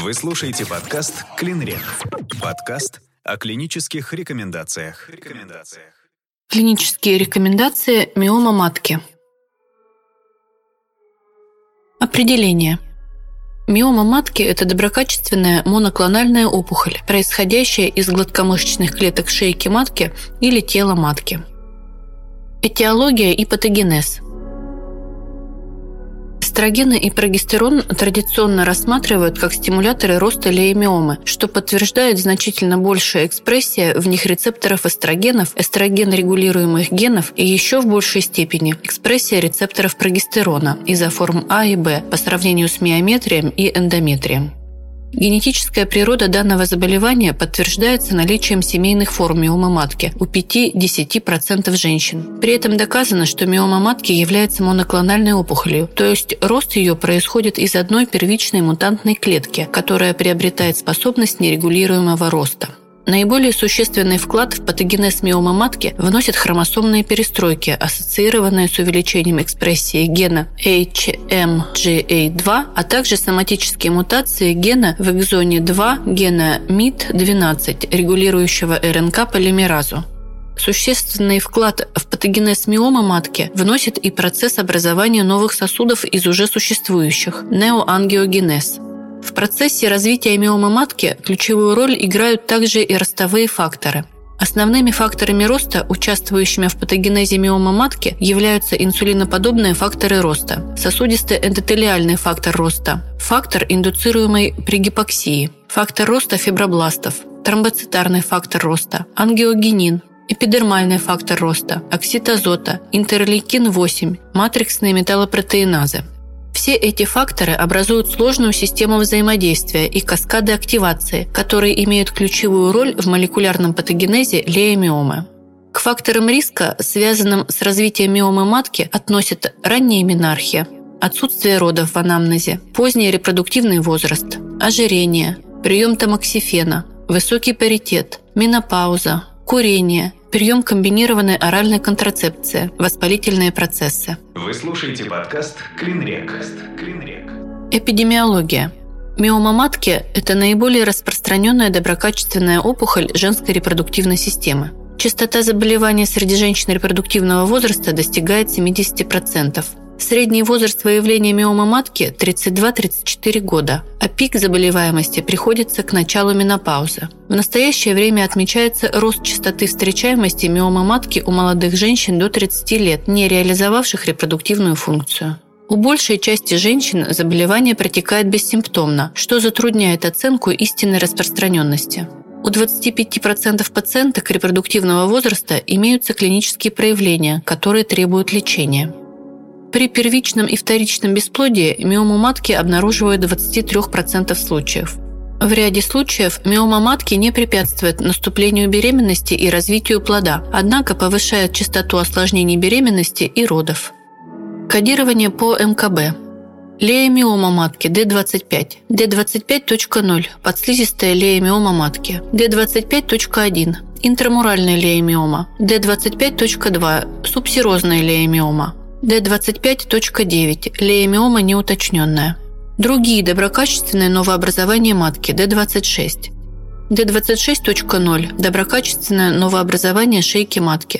Вы слушаете подкаст «Клинрек». Подкаст о клинических рекомендациях. Клинические рекомендации миома матки. Определение. Миома матки – это доброкачественная моноклональная опухоль, происходящая из гладкомышечных клеток шейки матки или тела матки. Этиология и патогенез. Эстрогены и прогестерон традиционно рассматривают как стимуляторы роста лейомиомы, что подтверждает значительно большая экспрессия в них рецепторов эстрогенов, эстроген-регулируемых генов и еще в большей степени экспрессия рецепторов прогестерона изоформ А и Б по сравнению с миометрием и эндометрием. Генетическая природа данного заболевания подтверждается наличием семейных форм миомы матки у 5-10% женщин. При этом доказано, что миома матки является моноклональной опухолью, то есть рост ее происходит из одной первичной мутантной клетки, которая приобретает способность нерегулируемого роста. Наиболее существенный вклад в патогенез миомы матки вносят хромосомные перестройки, ассоциированные с увеличением экспрессии гена HMGA2, а также соматические мутации гена в экзоне 2 гена MIT12, регулирующего РНК-полимеразу. Существенный вклад в патогенез миомы матки вносит и процесс образования новых сосудов из уже существующих – неоангиогенез. В процессе развития миомы матки ключевую роль играют также и ростовые факторы. Основными факторами роста, участвующими в патогенезе миомы матки, являются инсулиноподобные факторы роста, сосудисто-эндотелиальный фактор роста, фактор, индуцируемый при гипоксии, фактор роста фибробластов, тромбоцитарный фактор роста, ангиогенин, эпидермальный фактор роста, оксид азота, интерлейкин-8, матриксные металлопротеиназы. Все эти факторы образуют сложную систему взаимодействия и каскады активации, которые имеют ключевую роль в молекулярном патогенезе лейомиомы. К факторам риска, связанным с развитием миомы матки, относят ранняя менархия, отсутствие родов в анамнезе, поздний репродуктивный возраст, ожирение, прием тамоксифена, высокий паритет, менопауза, курение, прием комбинированной оральной контрацепции, воспалительные процессы. Вы слушаете подкаст «Клинрек». Эпидемиология. Миома матки – это наиболее распространенная доброкачественная опухоль женской репродуктивной системы. Частота заболевания среди женщин репродуктивного возраста достигает 70%. Средний возраст выявления миомы матки – 32-34 года, а пик заболеваемости приходится к началу менопаузы. В настоящее время отмечается рост частоты встречаемости миомы матки у молодых женщин до 30 лет, не реализовавших репродуктивную функцию. У большей части женщин заболевание протекает бессимптомно, что затрудняет оценку истинной распространенности. У 25% пациенток репродуктивного возраста имеются клинические проявления, которые требуют лечения. При первичном и вторичном бесплодии миому матки обнаруживают в 23% случаев. В ряде случаев миома матки не препятствует наступлению беременности и развитию плода, однако повышает частоту осложнений беременности и родов. Кодирование по МКБ. Лейомиома матки D25, D25.0 – подслизистая лейомиома матки, D25.1 – интрамуральная лейомиома, D25.2 – субсерозная лейомиома, D25.9 – лейомиома неуточненная. Другие доброкачественные новообразования матки D26. D26.0 – доброкачественное новообразование шейки матки.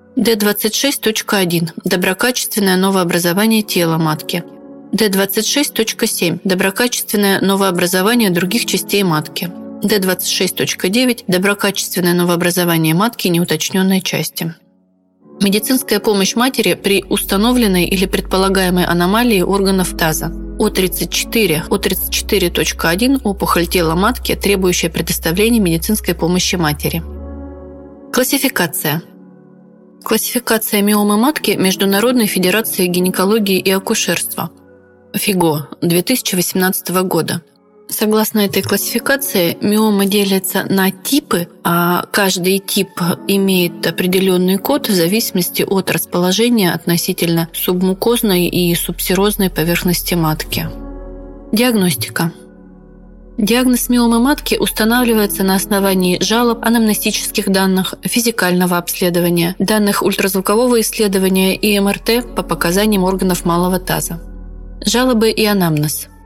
D26.1 – доброкачественное новообразование тела матки. D26.7 – доброкачественное новообразование других частей матки. D26.9 – доброкачественное новообразование матки неуточненной части. Медицинская помощь матери при установленной или предполагаемой аномалии органов таза. О34, О34.1 – опухоль тела матки, требующая предоставления медицинской помощи матери. Классификация. Классификация миомы матки Международной федерации гинекологии и акушерства. ФИГО 2018 года. Согласно этой классификации, миома делится на типы, а каждый тип имеет определенный код в зависимости от расположения относительно субмукозной и субсерозной поверхности матки. Диагностика. Диагноз миомы матки устанавливается на основании жалоб, анамнестических данных, физикального обследования, данных ультразвукового исследования и МРТ по показаниям органов малого таза. Жалобы и анамнез.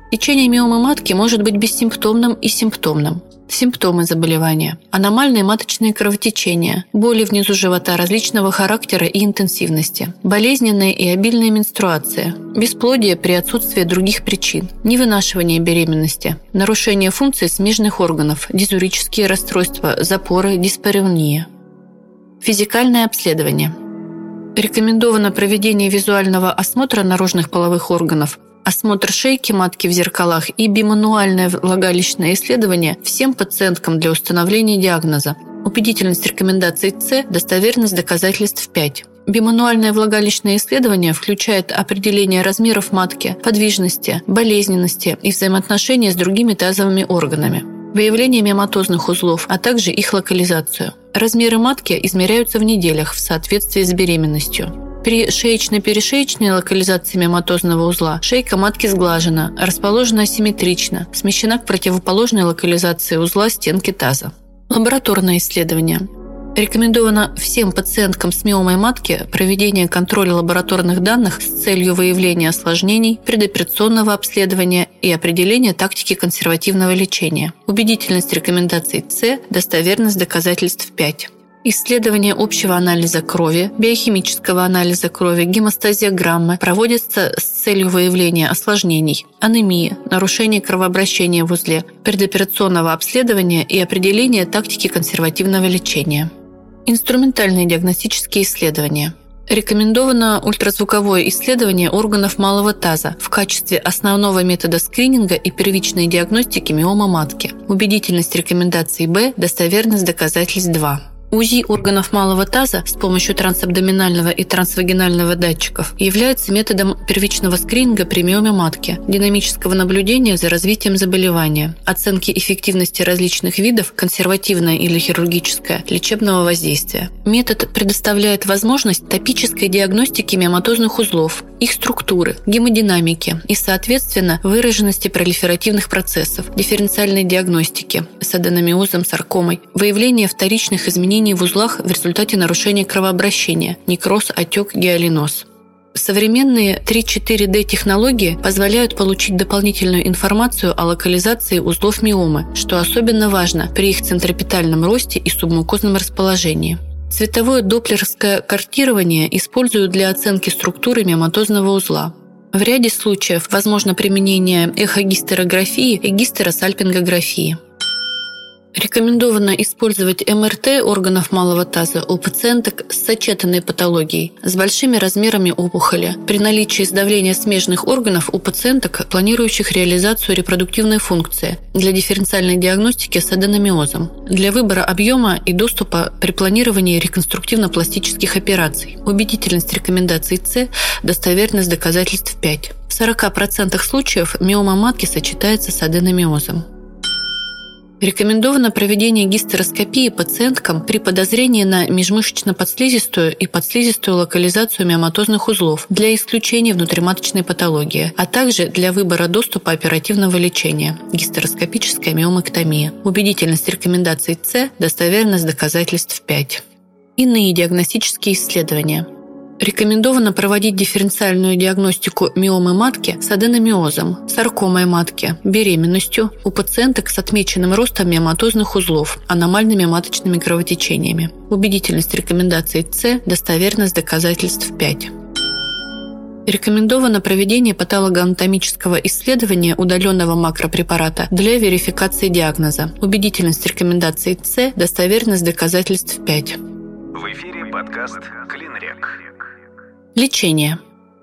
Течение миомы матки может быть бессимптомным и симптомным. Симптомы заболевания: аномальные маточные кровотечения, боли внизу живота различного характера и интенсивности, болезненная и обильная менструация, бесплодие при отсутствии других причин, невынашивание беременности, нарушение функций смежных органов, дизурические расстройства, запоры, диспарeuния. Физикальное обследование. Рекомендовано проведение визуального осмотра наружных половых органов, осмотр шейки матки в зеркалах и бимануальное влагалищное исследование всем пациенткам для установления диагноза. Убедительность рекомендаций С, достоверность доказательств 5. Бимануальное влагалищное исследование включает определение размеров матки, подвижности, болезненности и взаимоотношения с другими тазовыми органами, выявление миоматозных узлов, а также их локализацию. Размеры матки измеряются в неделях в соответствии с беременностью. При шеечно-перешеечной локализации миоматозного узла шейка матки сглажена, расположена асимметрично, смещена к противоположной локализации узла стенки таза. Лабораторное исследование. Рекомендовано всем пациенткам с миомой матки проведение контроля лабораторных данных с целью выявления осложнений, предоперационного обследования и определения тактики консервативного лечения. Убедительность рекомендаций С, достоверность доказательств 5. Исследование общего анализа крови, биохимического анализа крови, гемостазиограммы проводятся с целью выявления осложнений, анемии, нарушения кровообращения в узле, предоперационного обследования и определения тактики консервативного лечения. Инструментальные диагностические исследования. Рекомендовано ультразвуковое исследование органов малого таза в качестве основного метода скрининга и первичной диагностики миомы матки. Убедительность рекомендаций Б, достоверность доказательств 2. УЗИ органов малого таза с помощью трансабдоминального и трансвагинального датчиков является методом первичного скрининга при миоме матки, динамического наблюдения за развитием заболевания, оценки эффективности различных видов, консервативное или хирургическое, лечебного воздействия. Метод предоставляет возможность топической диагностики миоматозных узлов, их структуры, гемодинамики и, соответственно, выраженности пролиферативных процессов, дифференциальной диагностики с аденомиозом, саркомой, выявления вторичных изменений в узлах в результате нарушения кровообращения, некроз, отек, гиалиноз. Современные 3-4D технологии позволяют получить дополнительную информацию о локализации узлов миомы, что особенно важно при их центропетальном росте и субмукозном расположении. Цветовое доплеровское картирование используют для оценки структуры миоматозного узла. В ряде случаев возможно применение эхогистерографии и гистеросальпингографии. Рекомендовано использовать МРТ органов малого таза у пациенток с сочетанной патологией, с большими размерами опухоли, при наличии сдавления смежных органов у пациенток, планирующих реализацию репродуктивной функции, для дифференциальной диагностики с аденомиозом, для выбора объема и доступа при планировании реконструктивно-пластических операций. Убедительность рекомендаций С, достоверность доказательств 5. В 40% случаев миома матки сочетается с аденомиозом. Рекомендовано проведение гистероскопии пациенткам при подозрении на межмышечно-подслизистую и подслизистую локализацию миоматозных узлов для исключения внутриматочной патологии, а также для выбора доступа оперативного лечения – гистероскопическая миомэктомия. Убедительность рекомендаций С, достоверность доказательств 5. Иные диагностические исследования. Рекомендовано проводить дифференциальную диагностику миомы матки с аденомиозом, саркомой матки, беременностью у пациенток с отмеченным ростом миоматозных узлов, аномальными маточными кровотечениями. Убедительность рекомендаций С, достоверность доказательств 5. Рекомендовано проведение патологоанатомического исследования удаленного макропрепарата для верификации диагноза. Убедительность рекомендаций С, достоверность доказательств 5. В эфире подкаст «Клинрек». Лечение.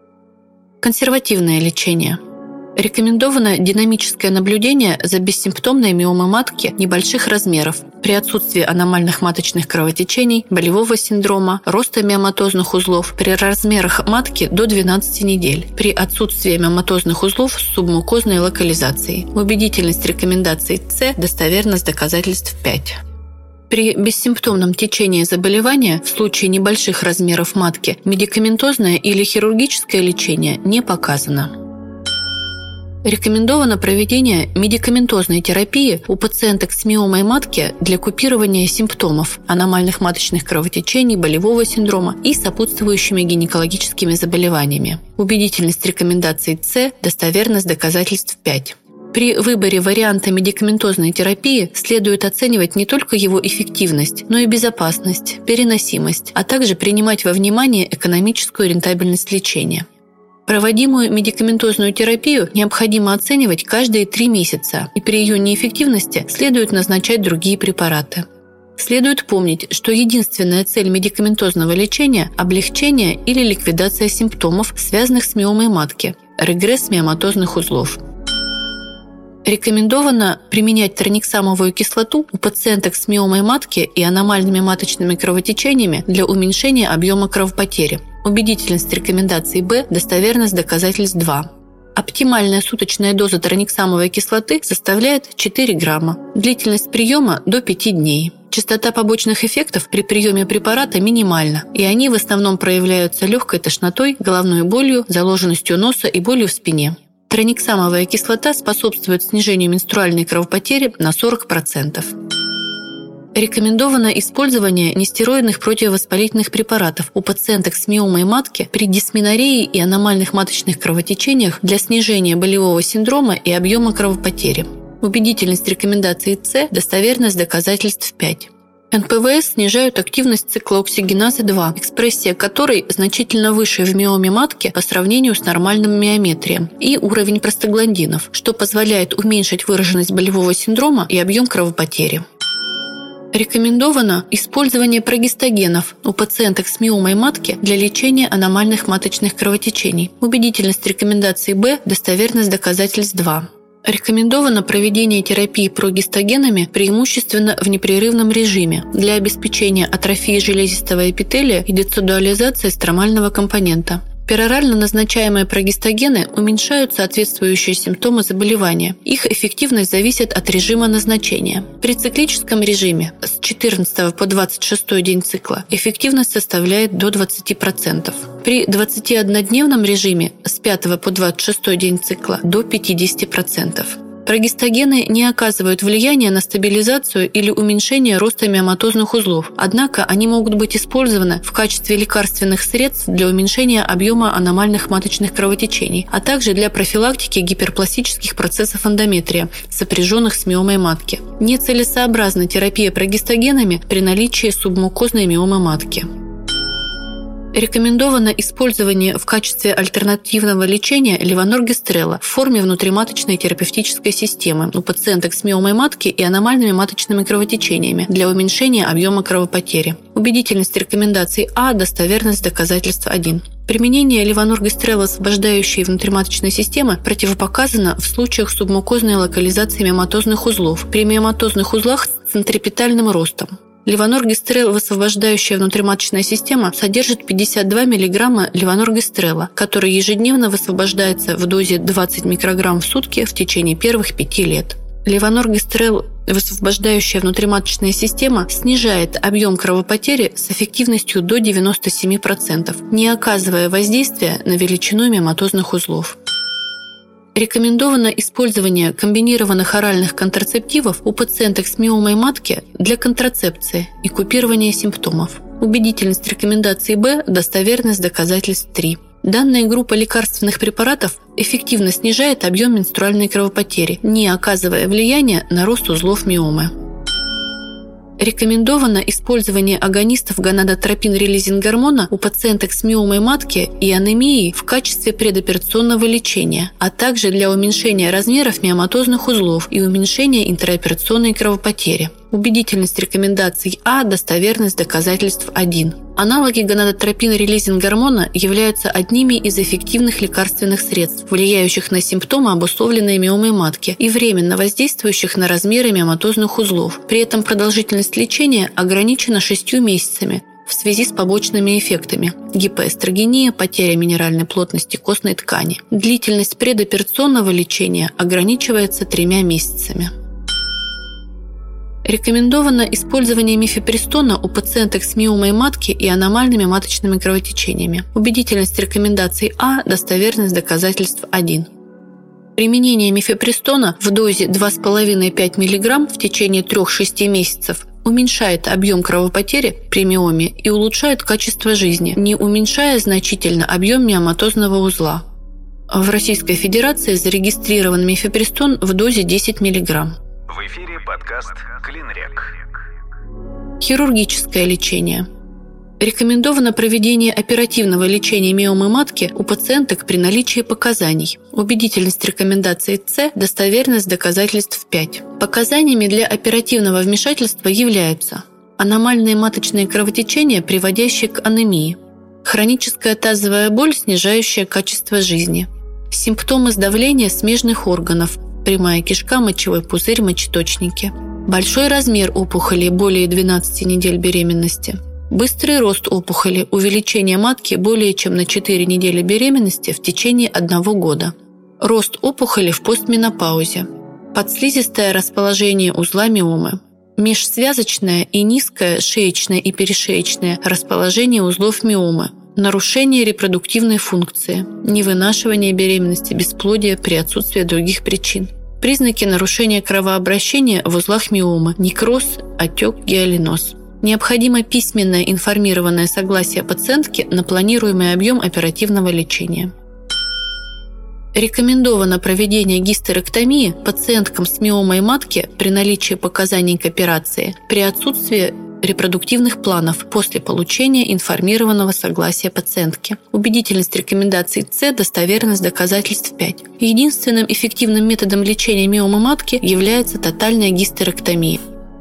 Консервативное лечение. Рекомендовано динамическое наблюдение за бессимптомной миомой матки небольших размеров при отсутствии аномальных маточных кровотечений, болевого синдрома, роста миоматозных узлов при размерах матки до 12 недель, при отсутствии миоматозных узлов с субмукозной локализацией. Убедительность рекомендаций С, достоверность доказательств 5. При бессимптомном течении заболевания в случае небольших размеров матки медикаментозное или хирургическое лечение не показано. Рекомендовано проведение медикаментозной терапии у пациенток с миомой матки для купирования симптомов аномальных маточных кровотечений, болевого синдрома и сопутствующими гинекологическими заболеваниями. Убедительность рекомендаций С, достоверность доказательств 5. При выборе варианта медикаментозной терапии следует оценивать не только его эффективность, но и безопасность, переносимость, а также принимать во внимание экономическую рентабельность лечения. Проводимую медикаментозную терапию необходимо оценивать каждые 3 месяца, и при ее неэффективности следует назначать другие препараты. Следует помнить, что единственная цель медикаментозного лечения – облегчение или ликвидация симптомов, связанных с миомой матки, регресс миоматозных узлов. Рекомендовано применять трониксамовую кислоту у пациенток с миомой матки и аномальными маточными кровотечениями для уменьшения объема кровопотери. Убедительность рекомендаций Б, достоверность доказательств 2. Оптимальная суточная доза трониксамовой кислоты составляет 4 грамма. Длительность приема до 5 дней. Частота побочных эффектов при приеме препарата минимальна, и они в основном проявляются легкой тошнотой, головной болью, заложенностью носа и болью в спине. Трониксамовая кислота способствует снижению менструальной кровопотери на 40%. Рекомендовано использование нестероидных противовоспалительных препаратов у пациенток с миомой матки при дисменоррее и аномальных маточных кровотечениях для снижения болевого синдрома и объема кровопотери. Убедительность рекомендаций С, достоверность доказательств 5. НПВС снижают активность циклооксигеназы 2, экспрессия которой значительно выше в миоме матки по сравнению с нормальным миометрием, и уровень простагландинов, что позволяет уменьшить выраженность болевого синдрома и объем кровопотери. Рекомендовано использование прогестагенов у пациенток с миомой матки для лечения аномальных маточных кровотечений. Убедительность рекомендаций Б, достоверность доказательств 2. Рекомендовано проведение терапии прогестагенами преимущественно в непрерывном режиме для обеспечения атрофии железистого эпителия и децидуализации стромального компонента. Перорально назначаемые прогестагены уменьшают соответствующие симптомы заболевания. Их эффективность зависит от режима назначения. При циклическом режиме с 14 по 26 день цикла эффективность составляет до 20%. При 21-дневном режиме с 5 по 26 день цикла до 50%. Прогестагены не оказывают влияния на стабилизацию или уменьшение роста миоматозных узлов, однако они могут быть использованы в качестве лекарственных средств для уменьшения объема аномальных маточных кровотечений, а также для профилактики гиперпластических процессов эндометрия, сопряженных с миомой матки. Нецелесообразна терапия прогестагенами при наличии субмукозной миомы матки. Рекомендовано использование в качестве альтернативного лечения левоноргестрела в форме внутриматочной терапевтической системы у пациенток с миомой матки и аномальными маточными кровотечениями для уменьшения объема кровопотери. Убедительность рекомендаций А, достоверность доказательств 1. Применение левоноргестрела, освобождающей внутриматочной системы, противопоказано в случаях субмукозной локализации миоматозных узлов при миоматозных узлах с центрипетальным ростом. Левоноргестрел, высвобождающая внутриматочная система, содержит 52 мг левоноргестрела, который ежедневно высвобождается в дозе 20 микрограмм в сутки в течение первых 5 лет. Левоноргестрел, высвобождающая внутриматочная система, снижает объем кровопотери с эффективностью до 97%, не оказывая воздействия на величину миоматозных узлов. Рекомендовано использование комбинированных оральных контрацептивов у пациенток с миомой матки для контрацепции и купирования симптомов. Убедительность рекомендаций Б, достоверность доказательств 3. Данная группа лекарственных препаратов эффективно снижает объем менструальной кровопотери, не оказывая влияния на рост узлов миомы. Рекомендовано использование агонистов гонадотропин-релизинг-гормона у пациенток с миомой матки и анемией в качестве предоперационного лечения, а также для уменьшения размеров миоматозных узлов и уменьшения интраоперационной кровопотери. Убедительность рекомендаций А, достоверность доказательств 1. Аналоги гонадотропин-релизинг-гормона являются одними из эффективных лекарственных средств, влияющих на симптомы, обусловленные миомой матки, и временно воздействующих на размеры миоматозных узлов. При этом продолжительность лечения ограничена 6 месяцами в связи с побочными эффектами – гипоэстрогения, потеря минеральной плотности костной ткани. Длительность предоперационного лечения ограничивается 3 месяцами. Рекомендовано использование мифепристона у пациенток с миомой матки и аномальными маточными кровотечениями. Убедительность рекомендаций А, достоверность доказательств 1. Применение мифепристона в дозе 2,5-5 мг в течение 3-6 месяцев уменьшает объем кровопотери при миоме и улучшает качество жизни, не уменьшая значительно объем миоматозного узла. В Российской Федерации зарегистрирован мифепристон в дозе 10 мг. В эфире подкаст «Клинрек». Хирургическое лечение. Рекомендовано проведение оперативного лечения миомы матки у пациенток при наличии показаний. Убедительность рекомендации С, достоверность доказательств 5. Показаниями для оперативного вмешательства являются аномальные маточные кровотечения, приводящие к анемии, хроническая тазовая боль, снижающая качество жизни, симптомы сдавления смежных органов, прямая кишка, мочевой пузырь, мочеточники, большой размер опухоли более 12 недель беременности, быстрый рост опухоли, увеличение матки более чем на 4 недели беременности в течение 1 года, рост опухоли в постменопаузе, подслизистое расположение узла миомы, межсвязочное и низкое шеечное и перешеечное расположение узлов миомы, нарушение репродуктивной функции, невынашивание беременности, бесплодие при отсутствии других причин. Признаки нарушения кровообращения в узлах миомы, некроз, отек, гиалиноз. Необходимо письменное информированное согласие пациентки на планируемый объем оперативного лечения. Рекомендовано проведение гистерэктомии пациенткам с миомой матки при наличии показаний к операции при отсутствии репродуктивных планов после получения информированного согласия пациентки. Убедительность рекомендаций С, достоверность доказательств 5. Единственным эффективным методом лечения миомы матки является тотальная гистерэктомия.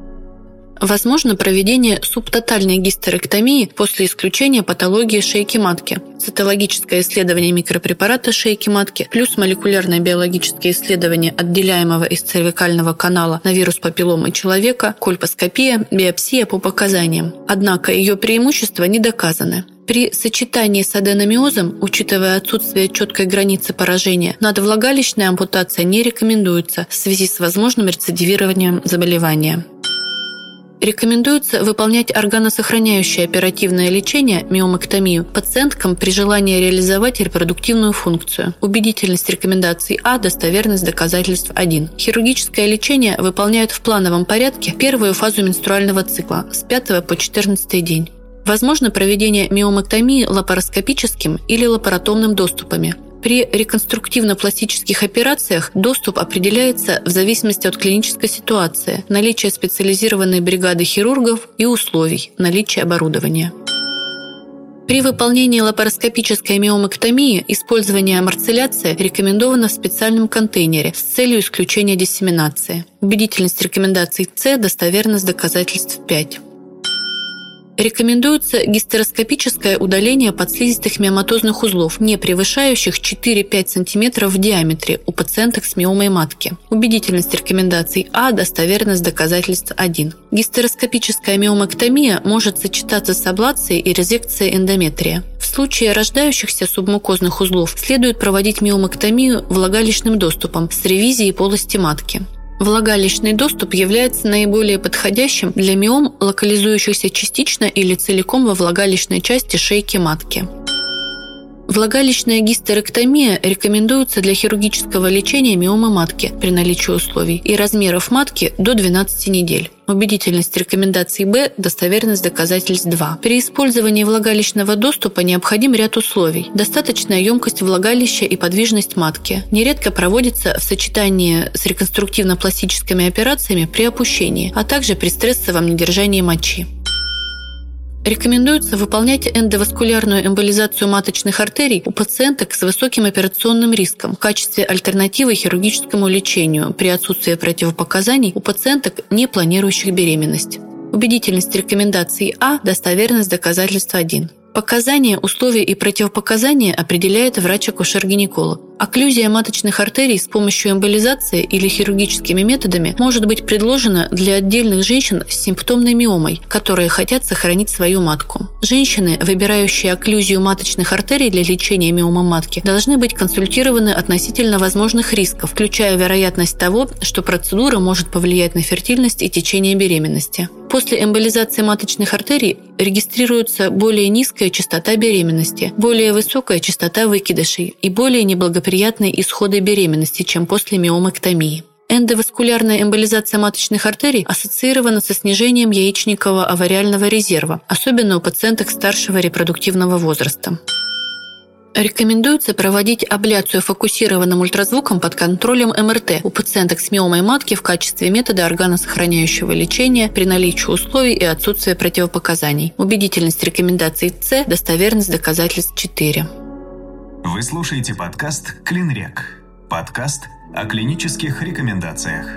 Возможно проведение субтотальной гистерэктомии после исключения патологии шейки матки, цитологическое исследование микропрепарата шейки матки плюс молекулярное биологическое исследование отделяемого из цервикального канала на вирус папилломы человека, кольпоскопия, биопсия по показаниям. Однако ее преимущества не доказаны. При сочетании с аденомиозом, учитывая отсутствие четкой границы поражения, надвлагалищная ампутация не рекомендуется в связи с возможным рецидивированием заболевания. Рекомендуется выполнять органосохраняющее оперативное лечение, миомэктомию, пациенткам при желании реализовать репродуктивную функцию. Убедительность рекомендаций А, достоверность доказательств 1. Хирургическое лечение выполняют в плановом порядке в первую фазу менструального цикла с 5 по 14 день. Возможно проведение миомэктомии лапароскопическим или лапаротомным доступами. При реконструктивно-пластических операциях доступ определяется в зависимости от клинической ситуации, наличия специализированной бригады хирургов и условий, наличия оборудования. При выполнении лапароскопической миомэктомии использование марцеляции рекомендовано в специальном контейнере с целью исключения диссеминации. Убедительность рекомендаций С, достоверность доказательств 5. Рекомендуется гистероскопическое удаление подслизистых миоматозных узлов, не превышающих 4-5 см в диаметре у пациенток с миомой матки. Убедительность рекомендаций А, достоверность доказательств 1. Гистероскопическая миомэктомия может сочетаться с аблацией и резекцией эндометрия. В случае рождающихся субмукозных узлов следует проводить миомэктомию влагалищным доступом с ревизией полости матки. Влагалищный доступ является наиболее подходящим для миом, локализующихся частично или целиком во влагалищной части шейки матки. Влагалищная гистерэктомия рекомендуется для хирургического лечения миомы матки при наличии условий и размеров матки до 12 недель. Убедительность рекомендаций Б, достоверность доказательств 2. При использовании влагалищного доступа необходим ряд условий. Достаточная емкость влагалища и подвижность матки. Нередко проводится в сочетании с реконструктивно-пластическими операциями при опущении, а также при стрессовом недержании мочи. Рекомендуется выполнять эндоваскулярную эмболизацию маточных артерий у пациенток с высоким операционным риском в качестве альтернативы хирургическому лечению при отсутствии противопоказаний у пациенток, не планирующих беременность. Убедительность рекомендаций А, достоверность доказательств 1. Показания, условия и противопоказания определяет врач-акушер-гинеколог. Окклюзия маточных артерий с помощью эмболизации или хирургическими методами может быть предложена для отдельных женщин с симптомной миомой, которые хотят сохранить свою матку. Женщины, выбирающие окклюзию маточных артерий для лечения миомы матки, должны быть консультированы относительно возможных рисков, включая вероятность того, что процедура может повлиять на фертильность и течение беременности. После эмболизации маточных артерий регистрируется более низкая частота беременности, более высокая частота выкидышей и более неблагоприятная благоприятные исходы беременности, чем после миомэктомии. Эндоваскулярная эмболизация маточных артерий ассоциирована со снижением яичникового авариального резерва, особенно у пациенток старшего репродуктивного возраста. Рекомендуется проводить абляцию фокусированным ультразвуком под контролем МРТ у пациенток с миомой матки в качестве метода органосохраняющего лечения при наличии условий и отсутствии противопоказаний. Убедительность рекомендаций С, достоверность доказательств 4. Вы слушаете подкаст «Клинрек». Подкаст о клинических рекомендациях.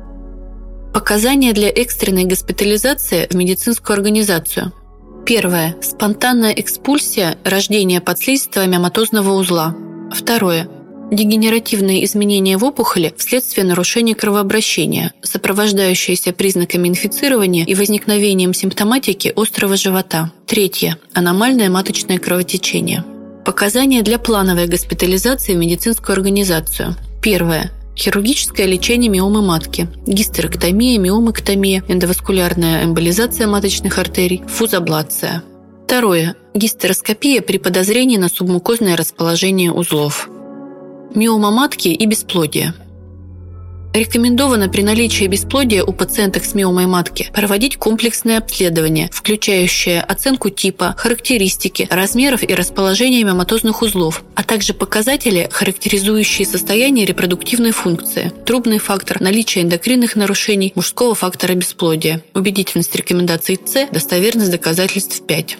Показания для экстренной госпитализации в медицинскую организацию. Первое. Спонтанная экспульсия, рождение подслизистого миоматозного узла. Второе. Дегенеративные изменения в опухоли вследствие нарушения кровообращения, сопровождающиеся признаками инфицирования и возникновением симптоматики острого живота. Третье. Аномальное маточное кровотечение. Показания для плановой госпитализации в медицинскую организацию. Первое. Хирургическое лечение миомы матки, гистерэктомия, миомэктомия, эндоваскулярная эмболизация маточных артерий, фузаблация. Второе. Гистероскопия при подозрении на субмукозное расположение узлов. Миома матки и бесплодие. Рекомендовано при наличии бесплодия у пациенток с миомой матки проводить комплексное обследование, включающее оценку типа, характеристики, размеров и расположения миоматозных узлов, а также показатели, характеризующие состояние репродуктивной функции, трубный фактор, наличие эндокринных нарушений, мужского фактора бесплодия. Убедительность рекомендаций С, достоверность доказательств 5.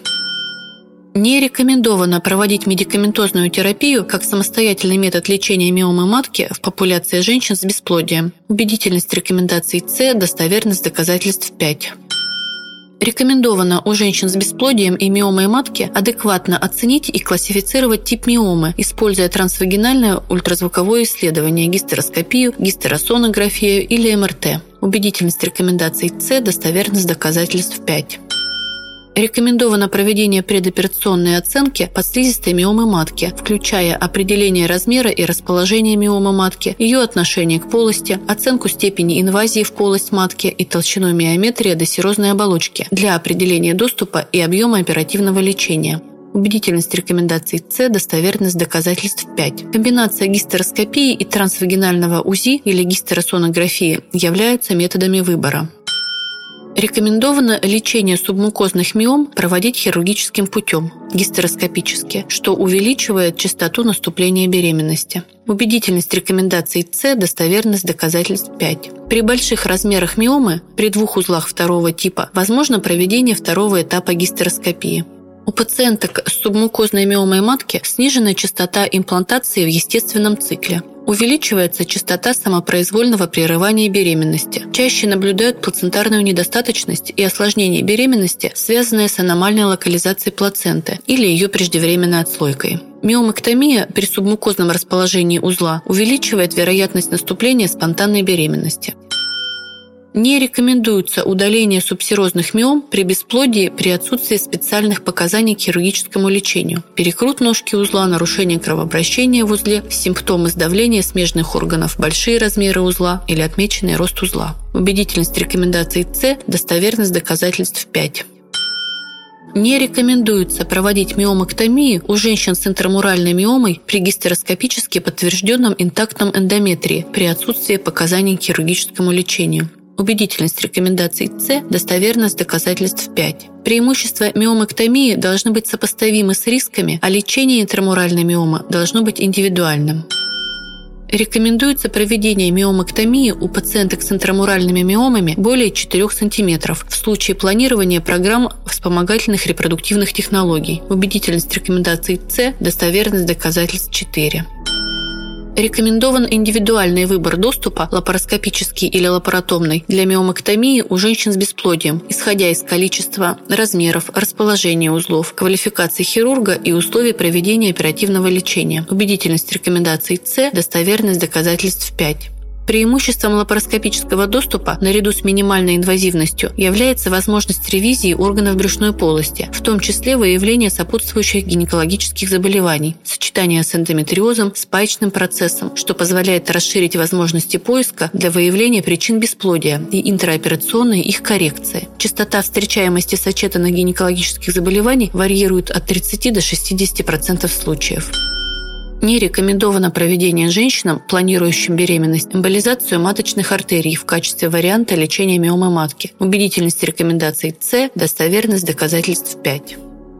Не рекомендовано проводить медикаментозную терапию как самостоятельный метод лечения миомы матки в популяции женщин с бесплодием. Убедительность рекомендаций С, достоверность доказательств 5. Рекомендовано у женщин с бесплодием и миомой матки адекватно оценить и классифицировать тип миомы, используя трансвагинальное ультразвуковое исследование, гистероскопию, гистеросонографию или МРТ. Убедительность рекомендаций С, достоверность доказательств 5. Рекомендовано проведение предоперационной оценки подслизистой миомы матки, включая определение размера и расположения миомы матки, ее отношение к полости, оценку степени инвазии в полость матки и толщину миометрии досерозной оболочки для определения доступа и объема оперативного лечения. Убедительность рекомендаций С, достоверность доказательств 5. Комбинация гистероскопии и трансвагинального УЗИ или гистеросонографии являются методами выбора. Рекомендовано лечение субмукозных миом проводить хирургическим путем, гистероскопически, что увеличивает частоту наступления беременности. Убедительность рекомендаций С, достоверность доказательств 5. При больших размерах миомы, при 2 узлах второго типа, возможно проведение второго этапа гистероскопии. У пациенток с субмукозной миомой матки снижена частота имплантации в естественном цикле. Увеличивается частота самопроизвольного прерывания беременности. Чаще наблюдают плацентарную недостаточность и осложнения беременности, связанные с аномальной локализацией плаценты или ее преждевременной отслойкой. Миомэктомия при субмукозном расположении узла увеличивает вероятность наступления спонтанной беременности. Не рекомендуется удаление субсерозных миом при бесплодии при отсутствии специальных показаний к хирургическому лечению. Перекрут ножки узла, нарушение кровообращения в узле, симптомы сдавления смежных органов, большие размеры узла или отмеченный рост узла. Убедительность рекомендаций С, достоверность доказательств 5. Не рекомендуется проводить миомэктомию у женщин с интрамуральной миомой при гистероскопически подтвержденном интактном эндометрии при отсутствии показаний к хирургическому лечению. Убедительность рекомендаций С, достоверность доказательств 5. Преимущества миомэктомии должны быть сопоставимы с рисками, а лечение интрамуральной миомы должно быть индивидуальным. Рекомендуется проведение миомэктомии у пациенток с интрамуральными миомами более 4 см в случае планирования программ вспомогательных репродуктивных технологий. Убедительность рекомендаций С, достоверность доказательств 4. Рекомендован индивидуальный выбор доступа, лапароскопический или лапаротомный, для миомэктомии у женщин с бесплодием, исходя из количества, размеров, расположения узлов, квалификации хирурга и условий проведения оперативного лечения. Убедительность рекомендаций С, достоверность доказательств 5. Преимуществом лапароскопического доступа, наряду с минимальной инвазивностью, является возможность ревизии органов брюшной полости, в том числе выявление сопутствующих гинекологических заболеваний, сочетание с эндометриозом, с паечным процессом, что позволяет расширить возможности поиска для выявления причин бесплодия и интраоперационной их коррекции. Частота встречаемости сочетанных гинекологических заболеваний варьирует от 30 до 60% случаев. Не рекомендовано проведение женщинам, планирующим беременность, эмболизацию маточных артерий в качестве варианта лечения миомы матки. Убедительность рекомендаций С, достоверность доказательств 5.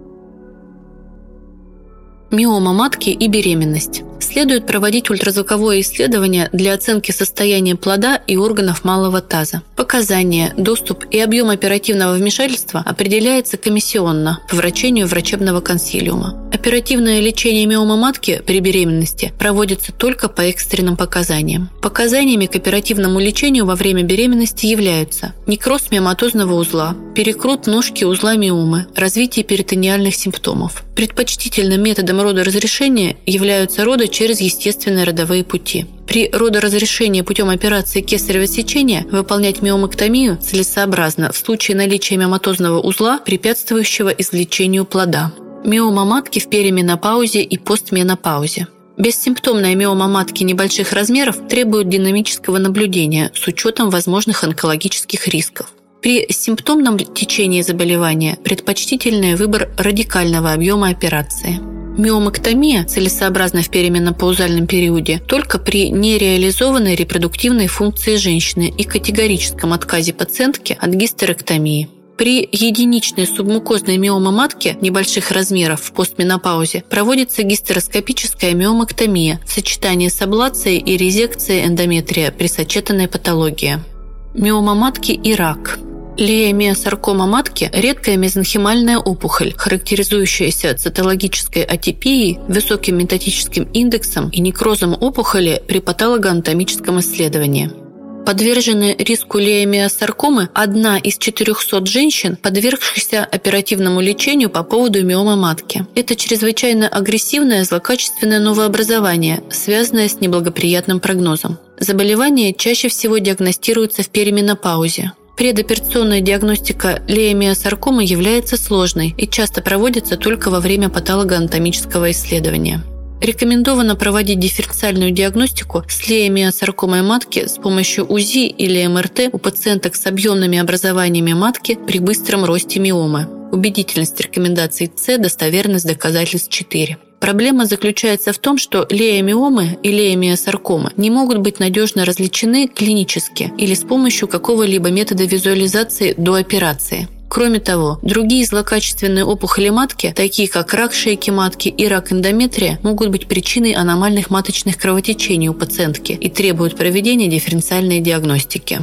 Миома матки и беременность. Следует проводить ультразвуковое исследование для оценки состояния плода и органов малого таза. Показания, доступ и объем оперативного вмешательства определяется комиссионно по врачению врачебного консилиума. Оперативное лечение миомы матки при беременности проводится только по экстренным показаниям. Показаниями к оперативному лечению во время беременности являются некроз миоматозного узла, перекрут ножки узла миомы, развитие перитонеальных симптомов. Предпочтительным методом родоразрешения являются роды через естественные родовые пути. При родоразрешении путем операции кесарево сечения выполнять миомэктомию целесообразно в случае наличия миоматозного узла, препятствующего извлечению плода. Миома матки в перименопаузе и постменопаузе. Бессимптомная миома матки небольших размеров требует динамического наблюдения с учетом возможных онкологических рисков. При симптомном течении заболевания предпочтительный выбор радикального объема операции. Миомэктомия целесообразна в перименопаузальном периоде только при нереализованной репродуктивной функции женщины и категорическом отказе пациентки от гистерэктомии. При единичной субмукозной миоме матки небольших размеров в постменопаузе проводится гистероскопическая миомэктомия в сочетании с аблацией и резекцией эндометрия при сочетанной патологии. Миома матки и рак. Леомиосаркома матки – редкая мезонхимальная опухоль, характеризующаяся цитологической атипией, высоким метатическим индексом и некрозом опухоли при патологоанатомическом исследовании. Подвержены риску леомиосаркомы 1 из 400 женщин, подвергшихся оперативному лечению по поводу миомы матки. Это чрезвычайно агрессивное злокачественное новообразование, связанное с неблагоприятным прогнозом. Заболевание чаще всего диагностируется в перименопаузе. Предоперационная диагностика леомиосаркомы является сложной и часто проводится только во время патологоанатомического исследования. Рекомендовано проводить дифференциальную диагностику с леомиосаркомой матки с помощью УЗИ или МРТ у пациенток с объемными образованиями матки при быстром росте миомы. Убедительность рекомендаций С, достоверность доказательств 4. Проблема заключается в том, что леомиомы и леомиосаркомы не могут быть надежно различены клинически или с помощью какого-либо метода визуализации до операции. Кроме того, другие злокачественные опухоли матки, такие как рак шейки матки и рак эндометрия, могут быть причиной аномальных маточных кровотечений у пациентки и требуют проведения дифференциальной диагностики.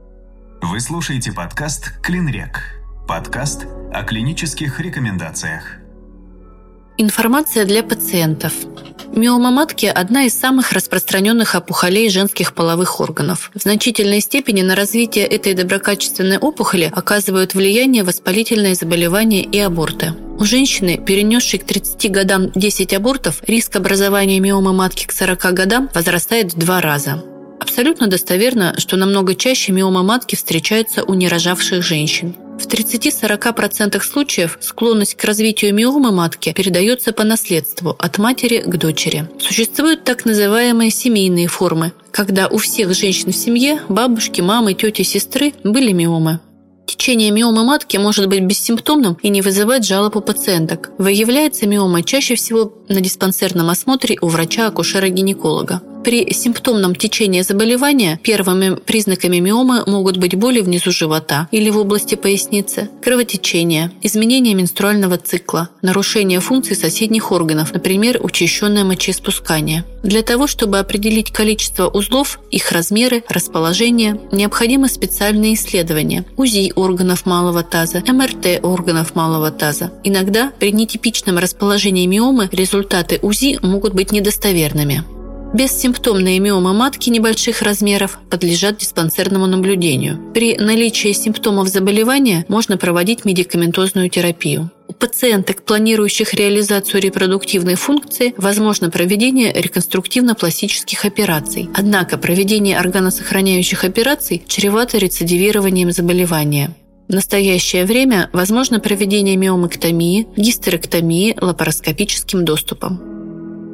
Вы слушаете подкаст «Клинрек». Подкаст о клинических рекомендациях. Информация для пациентов. Миома матки – одна из самых распространенных опухолей женских половых органов. В значительной степени на развитие этой доброкачественной опухоли оказывают влияние воспалительные заболевания и аборты. У женщины, перенесшей к 30 годам 10 абортов, риск образования миомы матки к 40 годам возрастает в 2 раза. Абсолютно достоверно, что намного чаще миома матки встречается у нерожавших женщин. В 30-40% случаев склонность к развитию миомы матки передается по наследству от матери к дочери. Существуют так называемые семейные формы, когда у всех женщин в семье, бабушки, мамы, тети, сестры были миомы. Течение миомы матки может быть бессимптомным и не вызывать жалоб у пациенток. Выявляется миома чаще всего на диспансерном осмотре у врача-акушера-гинеколога. При симптомном течении заболевания первыми признаками миомы могут быть боли внизу живота или в области поясницы, кровотечение, изменение менструального цикла, нарушение функций соседних органов, например, учащенное мочеиспускание. Для того, чтобы определить количество узлов, их размеры, расположение, необходимы специальные исследования – УЗИ органов малого таза, МРТ органов малого таза. Иногда при нетипичном расположении миомы результаты УЗИ могут быть недостоверными. Бессимптомные миомы матки небольших размеров подлежат диспансерному наблюдению. При наличии симптомов заболевания можно проводить медикаментозную терапию. У пациенток, планирующих реализацию репродуктивной функции, возможно проведение реконструктивно-пластических операций. Однако проведение органосохраняющих операций чревато рецидивированием заболевания. В настоящее время возможно проведение миомэктомии, гистерэктомии лапароскопическим доступом.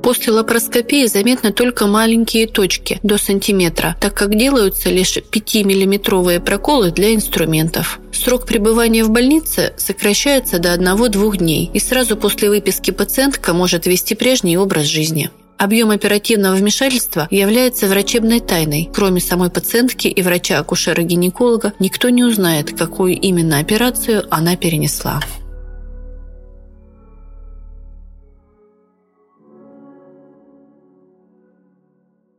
После лапароскопии заметны только маленькие точки до сантиметра, так как делаются лишь 5-миллиметровые проколы для инструментов. Срок пребывания в больнице сокращается до 1-2 дней, и сразу после выписки пациентка может вести прежний образ жизни. Объем оперативного вмешательства является врачебной тайной. Кроме самой пациентки и врача-акушера-гинеколога, никто не узнает, какую именно операцию она перенесла.